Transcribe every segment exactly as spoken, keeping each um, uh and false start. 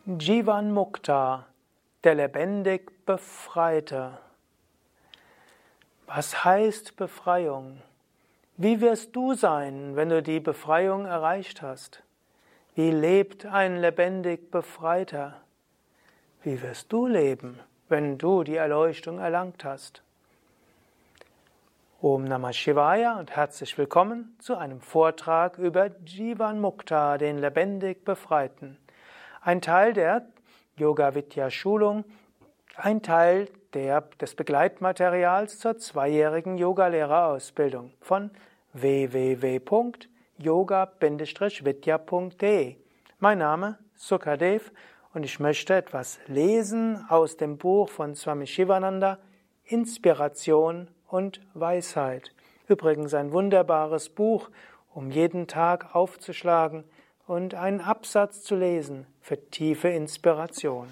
Jivan Mukta, der lebendig Befreite. Was heißt Befreiung? Wie wirst du sein, wenn du die Befreiung erreicht hast? Wie lebt ein lebendig Befreiter? Wie wirst du leben, wenn du die Erleuchtung erlangt hast? Om Namah Shivaya und herzlich willkommen zu einem Vortrag über Jivan Mukta, den lebendig Befreiten. Ein Teil der Yoga-Vidya-Schulung, ein Teil der, des Begleitmaterials zur zweijährigen Yogalehrerausbildung von w w w punkt yoga vidya punkt de. Mein Name Sukadev und ich möchte etwas lesen aus dem Buch von Swami Shivananda, Inspiration und Weisheit. Übrigens ein wunderbares Buch, um jeden Tag aufzuschlagen und einen Absatz zu lesen für tiefe Inspiration.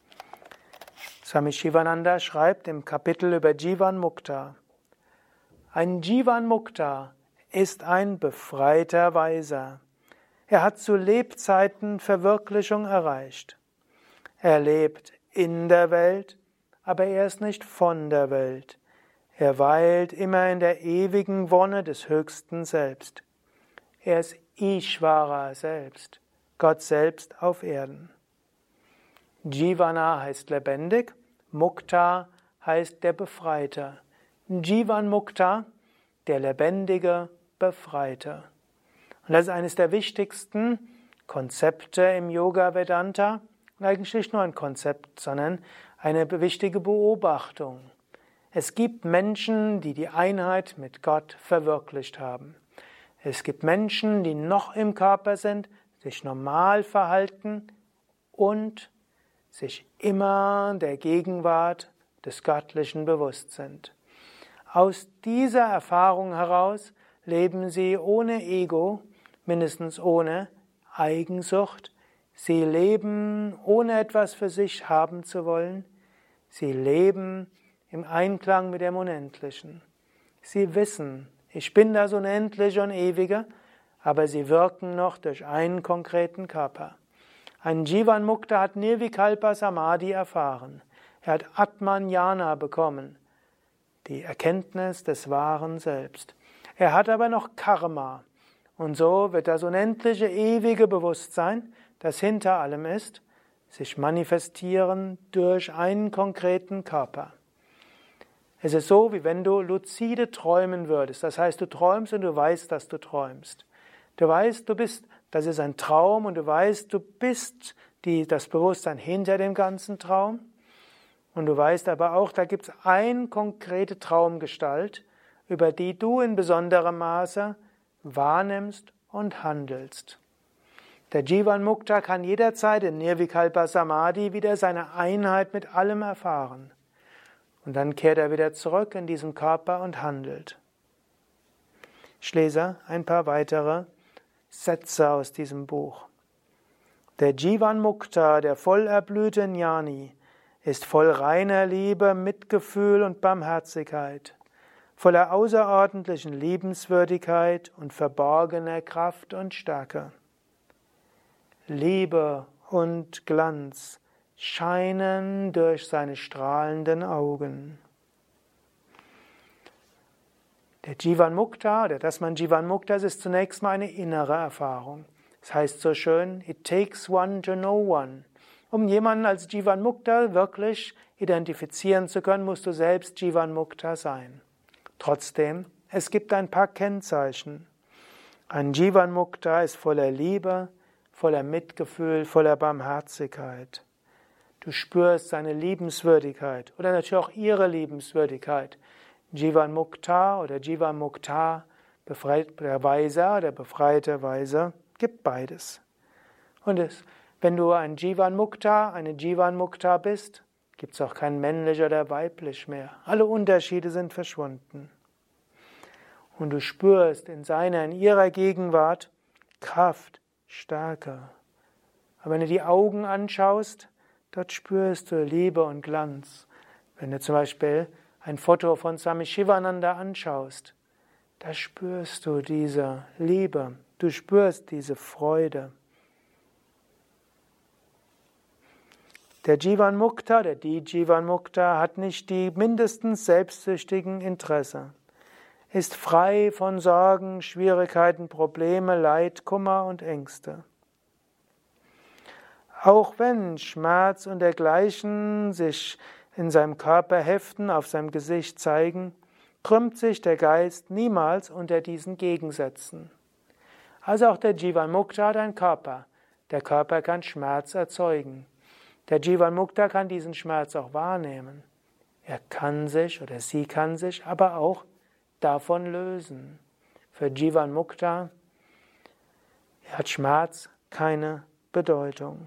Swami Shivananda schreibt im Kapitel über Jivan Mukta: Ein Jivan Mukta ist ein befreiter Weiser. Er hat zu Lebzeiten Verwirklichung erreicht. Er lebt in der Welt, aber er ist nicht von der Welt. Er weilt immer in der ewigen Wonne des höchsten Selbst. Er ist Ishvara selbst, Gott selbst auf Erden. Jivana heißt lebendig, Mukta heißt der Befreiter. Jivan Mukta, der lebendige Befreiter. Und das ist eines der wichtigsten Konzepte im Yoga Vedanta. Eigentlich nicht nur ein Konzept, sondern eine wichtige Beobachtung. Es gibt Menschen, die die Einheit mit Gott verwirklicht haben. Es gibt Menschen, die noch im Körper sind, sich normal verhalten und sich immer der Gegenwart des Göttlichen bewusst sind. Aus dieser Erfahrung heraus leben sie ohne Ego, mindestens ohne Eigensucht. Sie leben ohne etwas für sich haben zu wollen. Sie leben im Einklang mit dem Unendlichen. Sie wissen, ich bin das Unendliche und Ewige, aber sie wirken noch durch einen konkreten Körper. Ein Jivan Mukta hat Nirvikalpa Samadhi erfahren. Er hat Atman Jnana bekommen, die Erkenntnis des wahren Selbst. Er hat aber noch Karma. Und so wird das unendliche, ewige Bewusstsein, das hinter allem ist, sich manifestieren durch einen konkreten Körper. Es ist so, wie wenn du luzide träumen würdest. Das heißt, du träumst und du weißt, dass du träumst. Du weißt, du bist, das ist ein Traum und du weißt, du bist die, das Bewusstsein hinter dem ganzen Traum. Und du weißt aber auch, da gibt es eine konkrete Traumgestalt, über die du in besonderem Maße wahrnimmst und handelst. Der Jivan Mukta kann jederzeit in Nirvikalpa Samadhi wieder seine Einheit mit allem erfahren. Und dann kehrt er wieder zurück in diesen Körper und handelt. Ich lese ein paar weitere Sätze aus diesem Buch. Der Jivan Mukta, der voll erblühte Jnani, ist voll reiner Liebe, Mitgefühl und Barmherzigkeit, voller außerordentlichen Liebenswürdigkeit und verborgener Kraft und Stärke. Liebe und Glanz scheinen durch seine strahlenden Augen. Der Jivan Mukta, oder dass man Jivan Mukta ist, ist zunächst mal eine innere Erfahrung. Es heißt so schön, it takes one to know one. Um jemanden als Jivan Mukta wirklich identifizieren zu können, musst du selbst Jivan Mukta sein. Trotzdem, es gibt ein paar Kennzeichen. Ein Jivan Mukta ist voller Liebe, voller Mitgefühl, voller Barmherzigkeit. Du spürst seine Liebenswürdigkeit oder natürlich auch ihre Liebenswürdigkeit. Jivan Mukta oder Jivan Mukta, der Weiser, der befreite Weiser, gibt beides. Und es, wenn du ein Jivan Mukta, eine Jivan Mukta bist, gibt es auch kein männlich oder weiblich mehr. Alle Unterschiede sind verschwunden. Und du spürst in seiner, in ihrer Gegenwart Kraft, Stärke. Aber wenn du die Augen anschaust, dort spürst du Liebe und Glanz. Wenn du zum Beispiel ein Foto von Swami Shivananda anschaust, da spürst du diese Liebe, du spürst diese Freude. Der Jivan Mukta, der die Jivan Mukta hat nicht die mindestens selbstsüchtigen Interesse, ist frei von Sorgen, Schwierigkeiten, Probleme, Leid, Kummer und Ängste. Auch wenn Schmerz und dergleichen sich in seinem Körper heften, auf seinem Gesicht zeigen, krümmt sich der Geist niemals unter diesen Gegensätzen. Also auch der Jivan Mukta hat einen Körper. Der Körper kann Schmerz erzeugen. Der Jivan Mukta kann diesen Schmerz auch wahrnehmen. Er kann sich oder sie kann sich aber auch davon lösen. Für Jivan Mukta hat Schmerz keine Bedeutung.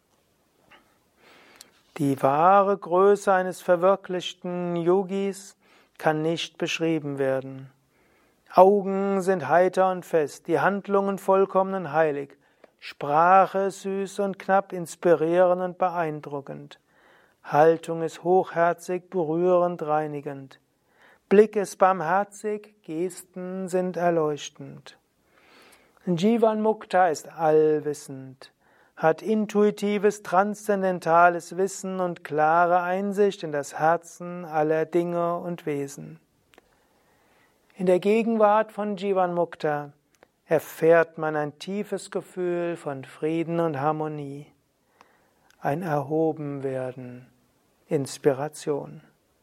Die wahre Größe eines verwirklichten Yogis kann nicht beschrieben werden. Augen sind heiter und fest, die Handlungen vollkommen und heilig, Sprache süß und knapp, inspirierend und beeindruckend. Haltung ist hochherzig, berührend, reinigend. Blick ist barmherzig, Gesten sind erleuchtend. Jivan Mukta ist allwissend, hat intuitives, transzendentales Wissen und klare Einsicht in das Herzen aller Dinge und Wesen. In der Gegenwart von Jivan Mukta erfährt man ein tiefes Gefühl von Frieden und Harmonie, ein Erhobenwerden, Inspiration.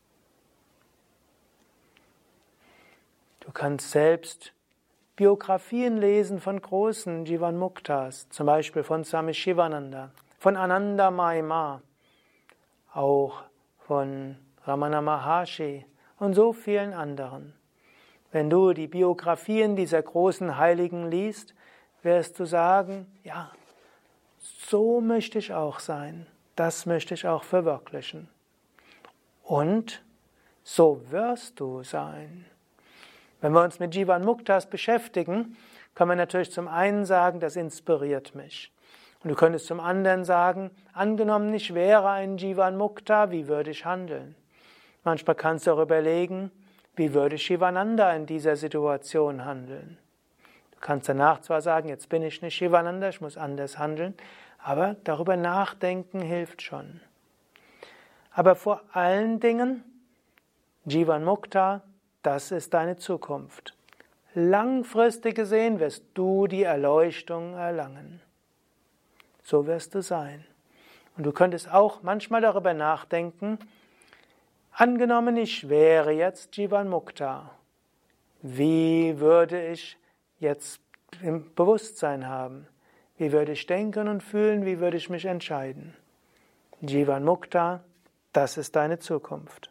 Du kannst selbst Biografien lesen von großen Jivan Muktas, zum Beispiel von Swami Shivananda, von Ananda Maima, auch von Ramana Maharshi und so vielen anderen. Wenn du die Biografien dieser großen Heiligen liest, wirst du sagen, ja, so möchte ich auch sein, das möchte ich auch verwirklichen. Und so wirst du sein. Wenn wir uns mit Jivan Muktas beschäftigen, können wir natürlich zum einen sagen, das inspiriert mich. Und du könntest zum anderen sagen, angenommen, ich wäre ein Jivan Mukta, wie würde ich handeln? Manchmal kannst du auch überlegen, wie würde Shivananda in dieser Situation handeln? Du kannst danach zwar sagen, jetzt bin ich nicht Shivananda, ich muss anders handeln, aber darüber nachdenken hilft schon. Aber vor allen Dingen, Jivan Mukta, das ist deine Zukunft. Langfristig gesehen wirst du die Erleuchtung erlangen. So wirst du sein. Und du könntest auch manchmal darüber nachdenken, angenommen, ich wäre jetzt Jivan Mukta, wie würde ich jetzt im Bewusstsein haben? Wie würde ich denken und fühlen? Wie würde ich mich entscheiden? Jivan Mukta, das ist deine Zukunft.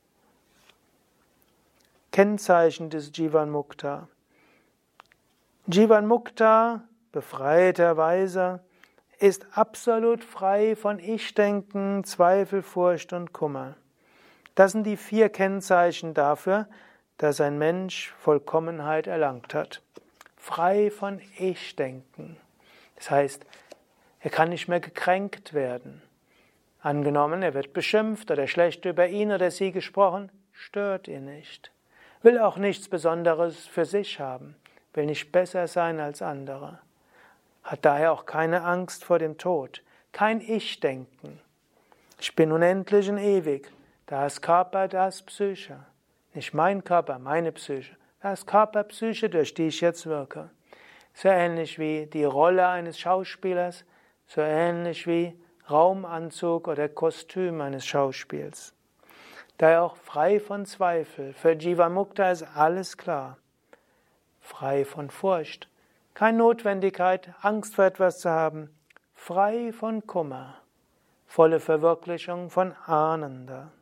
Kennzeichen des Jivan Mukta. Jivan Mukta, befreiter Weise, ist absolut frei von Ich-Denken, Zweifel, Furcht und Kummer. Das sind die vier Kennzeichen dafür, dass ein Mensch Vollkommenheit erlangt hat. Frei von Ich-Denken. Das heißt, er kann nicht mehr gekränkt werden. Angenommen, er wird beschimpft oder schlecht über ihn oder sie gesprochen, stört ihn nicht. Will auch nichts Besonderes für sich haben, will nicht besser sein als andere. Hat daher auch keine Angst vor dem Tod, kein Ich-Denken. Ich bin unendlich und ewig. Da ist Körper, da ist Psyche. Nicht mein Körper, meine Psyche. Da ist Körper, Psyche, durch die ich jetzt wirke. So ähnlich wie die Rolle eines Schauspielers, so ähnlich wie Raumanzug oder Kostüm eines Schauspiels. Daher auch frei von Zweifel. Für Jivan Mukta ist alles klar. Frei von Furcht. Keine Notwendigkeit, Angst vor etwas zu haben. Frei von Kummer. Volle Verwirklichung von Ananda.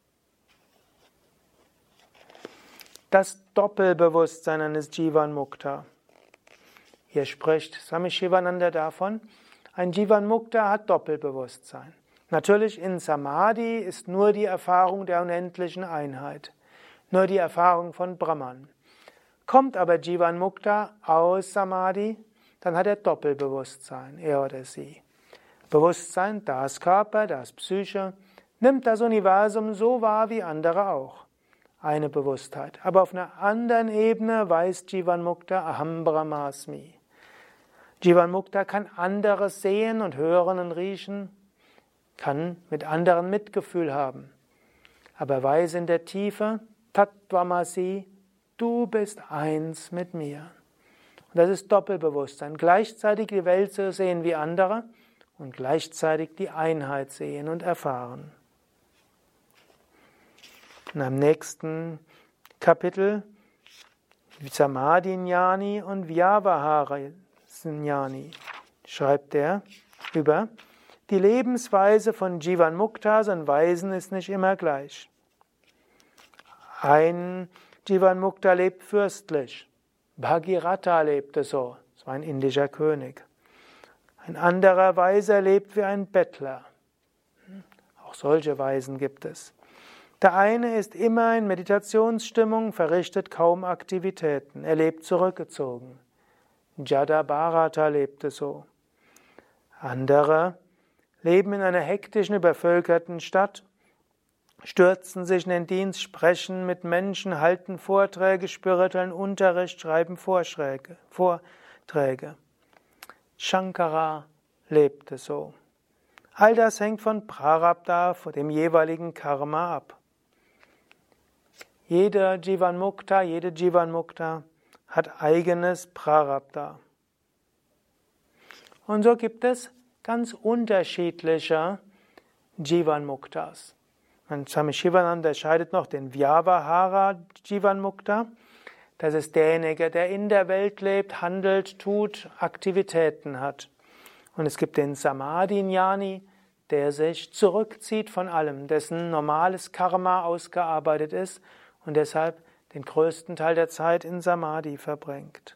Das Doppelbewusstsein eines Jivan Mukta. Hier spricht Swami Shivananda davon, ein Jivan Mukta hat Doppelbewusstsein. Natürlich in Samadhi ist nur die Erfahrung der unendlichen Einheit, nur die Erfahrung von Brahman. Kommt aber Jivan Mukta aus Samadhi, dann hat er Doppelbewusstsein, er oder sie. Bewusstsein, das Körper, das Psyche, nimmt das Universum so wahr wie andere auch. Eine Bewusstheit. Aber auf einer anderen Ebene weiß Jivan Mukta Aham Brahmasmi. Jivan Mukta kann anderes sehen und hören und riechen. kann mit anderen Mitgefühl haben. Aber weiß in der Tiefe, Tattvamasi, du bist eins mit mir. Und das ist Doppelbewusstsein. Gleichzeitig die Welt zu sehen wie andere und gleichzeitig die Einheit sehen und erfahren. Und am nächsten Kapitel Samadhi-Jnani und Vyavahara-Jnani schreibt er über die Lebensweise von Jivan-Muktas und Weisen ist nicht immer gleich. Ein Jivan-Mukta lebt fürstlich. Bhagirath lebte so. Das war ein indischer König. Ein anderer Weiser lebt wie ein Bettler. Auch solche Weisen gibt es. Der eine ist immer in Meditationsstimmung, verrichtet kaum Aktivitäten. Er lebt zurückgezogen. Jadabharata lebte so. Andere leben in einer hektischen, übervölkerten Stadt, stürzen sich in den Dienst, sprechen mit Menschen, halten Vorträge, spirituellen Unterricht, schreiben Vorträge. Vorträge. Shankara lebte so. All das hängt von Prarabdha, von dem jeweiligen Karma ab. Jeder Jivan-Mukta, jede Jivan-Mukta hat eigenes Prarabdha. Und so gibt es ganz unterschiedliche Jivan-Muktas. Und Swami Shivananda unterscheidet noch den Vyavahara Jivan-Mukta. Das ist derjenige, der in der Welt lebt, handelt, tut, Aktivitäten hat. Und es gibt den Samadhi-Jnani, der sich zurückzieht von allem, dessen normales Karma ausgearbeitet ist und deshalb den größten Teil der Zeit in Samadhi verbringt.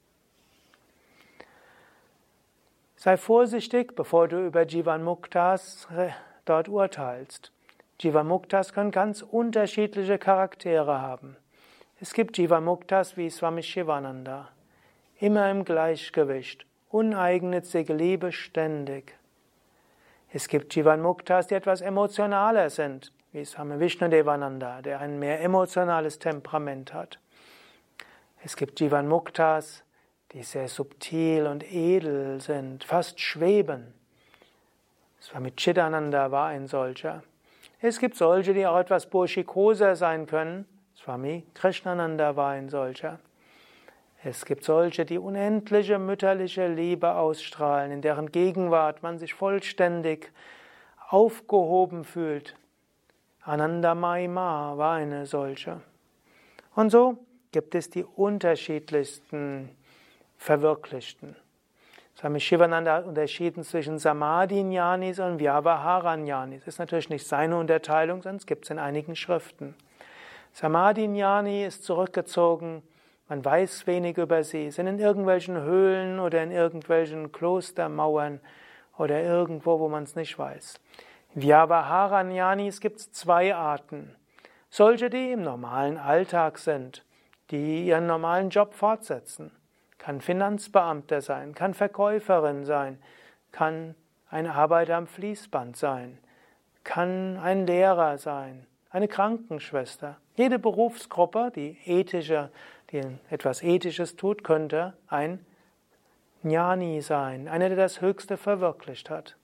Sei vorsichtig, bevor du über Jivan-Muktas dort urteilst. Jivan-Muktas können ganz unterschiedliche Charaktere haben. Es gibt Jivan-Muktas wie Swami Shivananda, immer im Gleichgewicht, uneigennützige Liebe ständig. Es gibt Jivan-Muktas, die etwas emotionaler sind, wie Swami Vishnudevananda, der ein mehr emotionales Temperament hat. Es gibt Jivan-Muktas, die sehr subtil und edel sind, fast schweben. Swami Chidananda war ein solcher. Es gibt solche, die auch etwas burschikoser sein können. Swami Krishnananda war ein solcher. Es gibt solche, die unendliche mütterliche Liebe ausstrahlen, in deren Gegenwart man sich vollständig aufgehoben fühlt. Anandamayi Ma war eine solche. Und so gibt es die unterschiedlichsten Verwirklichten. Swami Shivananda hat unterschieden zwischen Samadhi-Jnanis und Vyavahara-Jnanis. Das ist natürlich nicht seine Unterteilung, sonst gibt es in einigen Schriften. Samadhi-Jnani ist zurückgezogen, man weiß wenig über sie, sind in irgendwelchen Höhlen oder in irgendwelchen Klostermauern oder irgendwo, wo man es nicht weiß. Vyavahara-Jnanis gibt es zwei Arten. Solche, die im normalen Alltag sind, die ihren normalen Job fortsetzen. Kann Finanzbeamter sein, kann Verkäuferin sein, kann ein Arbeiter am Fließband sein, kann ein Lehrer sein, eine Krankenschwester. Jede Berufsgruppe, die ethische, die etwas Ethisches tut, könnte ein Jnani sein, einer, der das Höchste verwirklicht hat.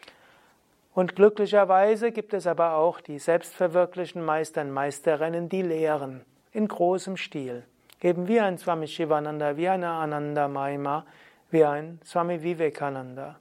Und glücklicherweise gibt es aber auch die selbstverwirklichten Meister und Meisterinnen, die lehren, in großem Stil. Eben wie ein Swami Shivananda, wie eine Anandamayi Ma, wie ein Swami Vivekananda.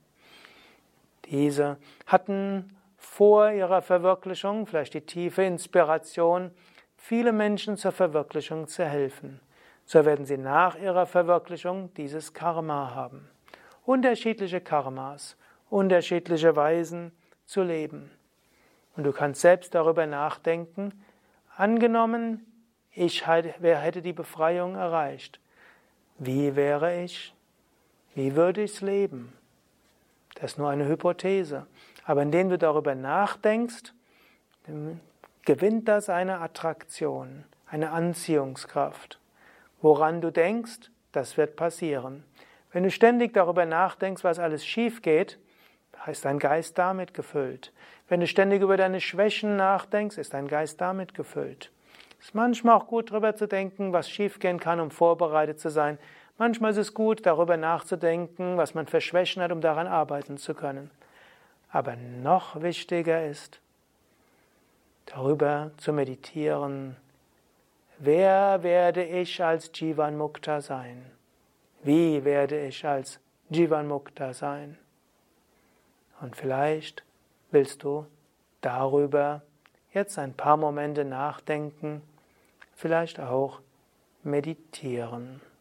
Diese hatten vor ihrer Verwirklichung vielleicht die tiefe Inspiration, viele Menschen zur Verwirklichung zu helfen. So werden sie nach ihrer Verwirklichung dieses Karma haben. Unterschiedliche Karmas, unterschiedliche Weisen zu leben. Und du kannst selbst darüber nachdenken, angenommen, ich hätte die Befreiung erreicht. Wie wäre ich? Wie würde ich leben? Das ist nur eine Hypothese. Aber indem du darüber nachdenkst, gewinnt das eine Attraktion, eine Anziehungskraft. Woran du denkst, das wird passieren. Wenn du ständig darüber nachdenkst, was alles schief geht, ist dein Geist damit gefüllt. Wenn du ständig über deine Schwächen nachdenkst, ist dein Geist damit gefüllt. Es ist manchmal auch gut, darüber zu denken, was schiefgehen kann, um vorbereitet zu sein. Manchmal ist es gut, darüber nachzudenken, was man für Schwächen hat, um daran arbeiten zu können. Aber noch wichtiger ist, darüber zu meditieren, wer werde ich als Jivan Mukta sein? Wie werde ich als Jivan Mukta sein? Und vielleicht willst du darüber jetzt ein paar Momente nachdenken, vielleicht auch meditieren.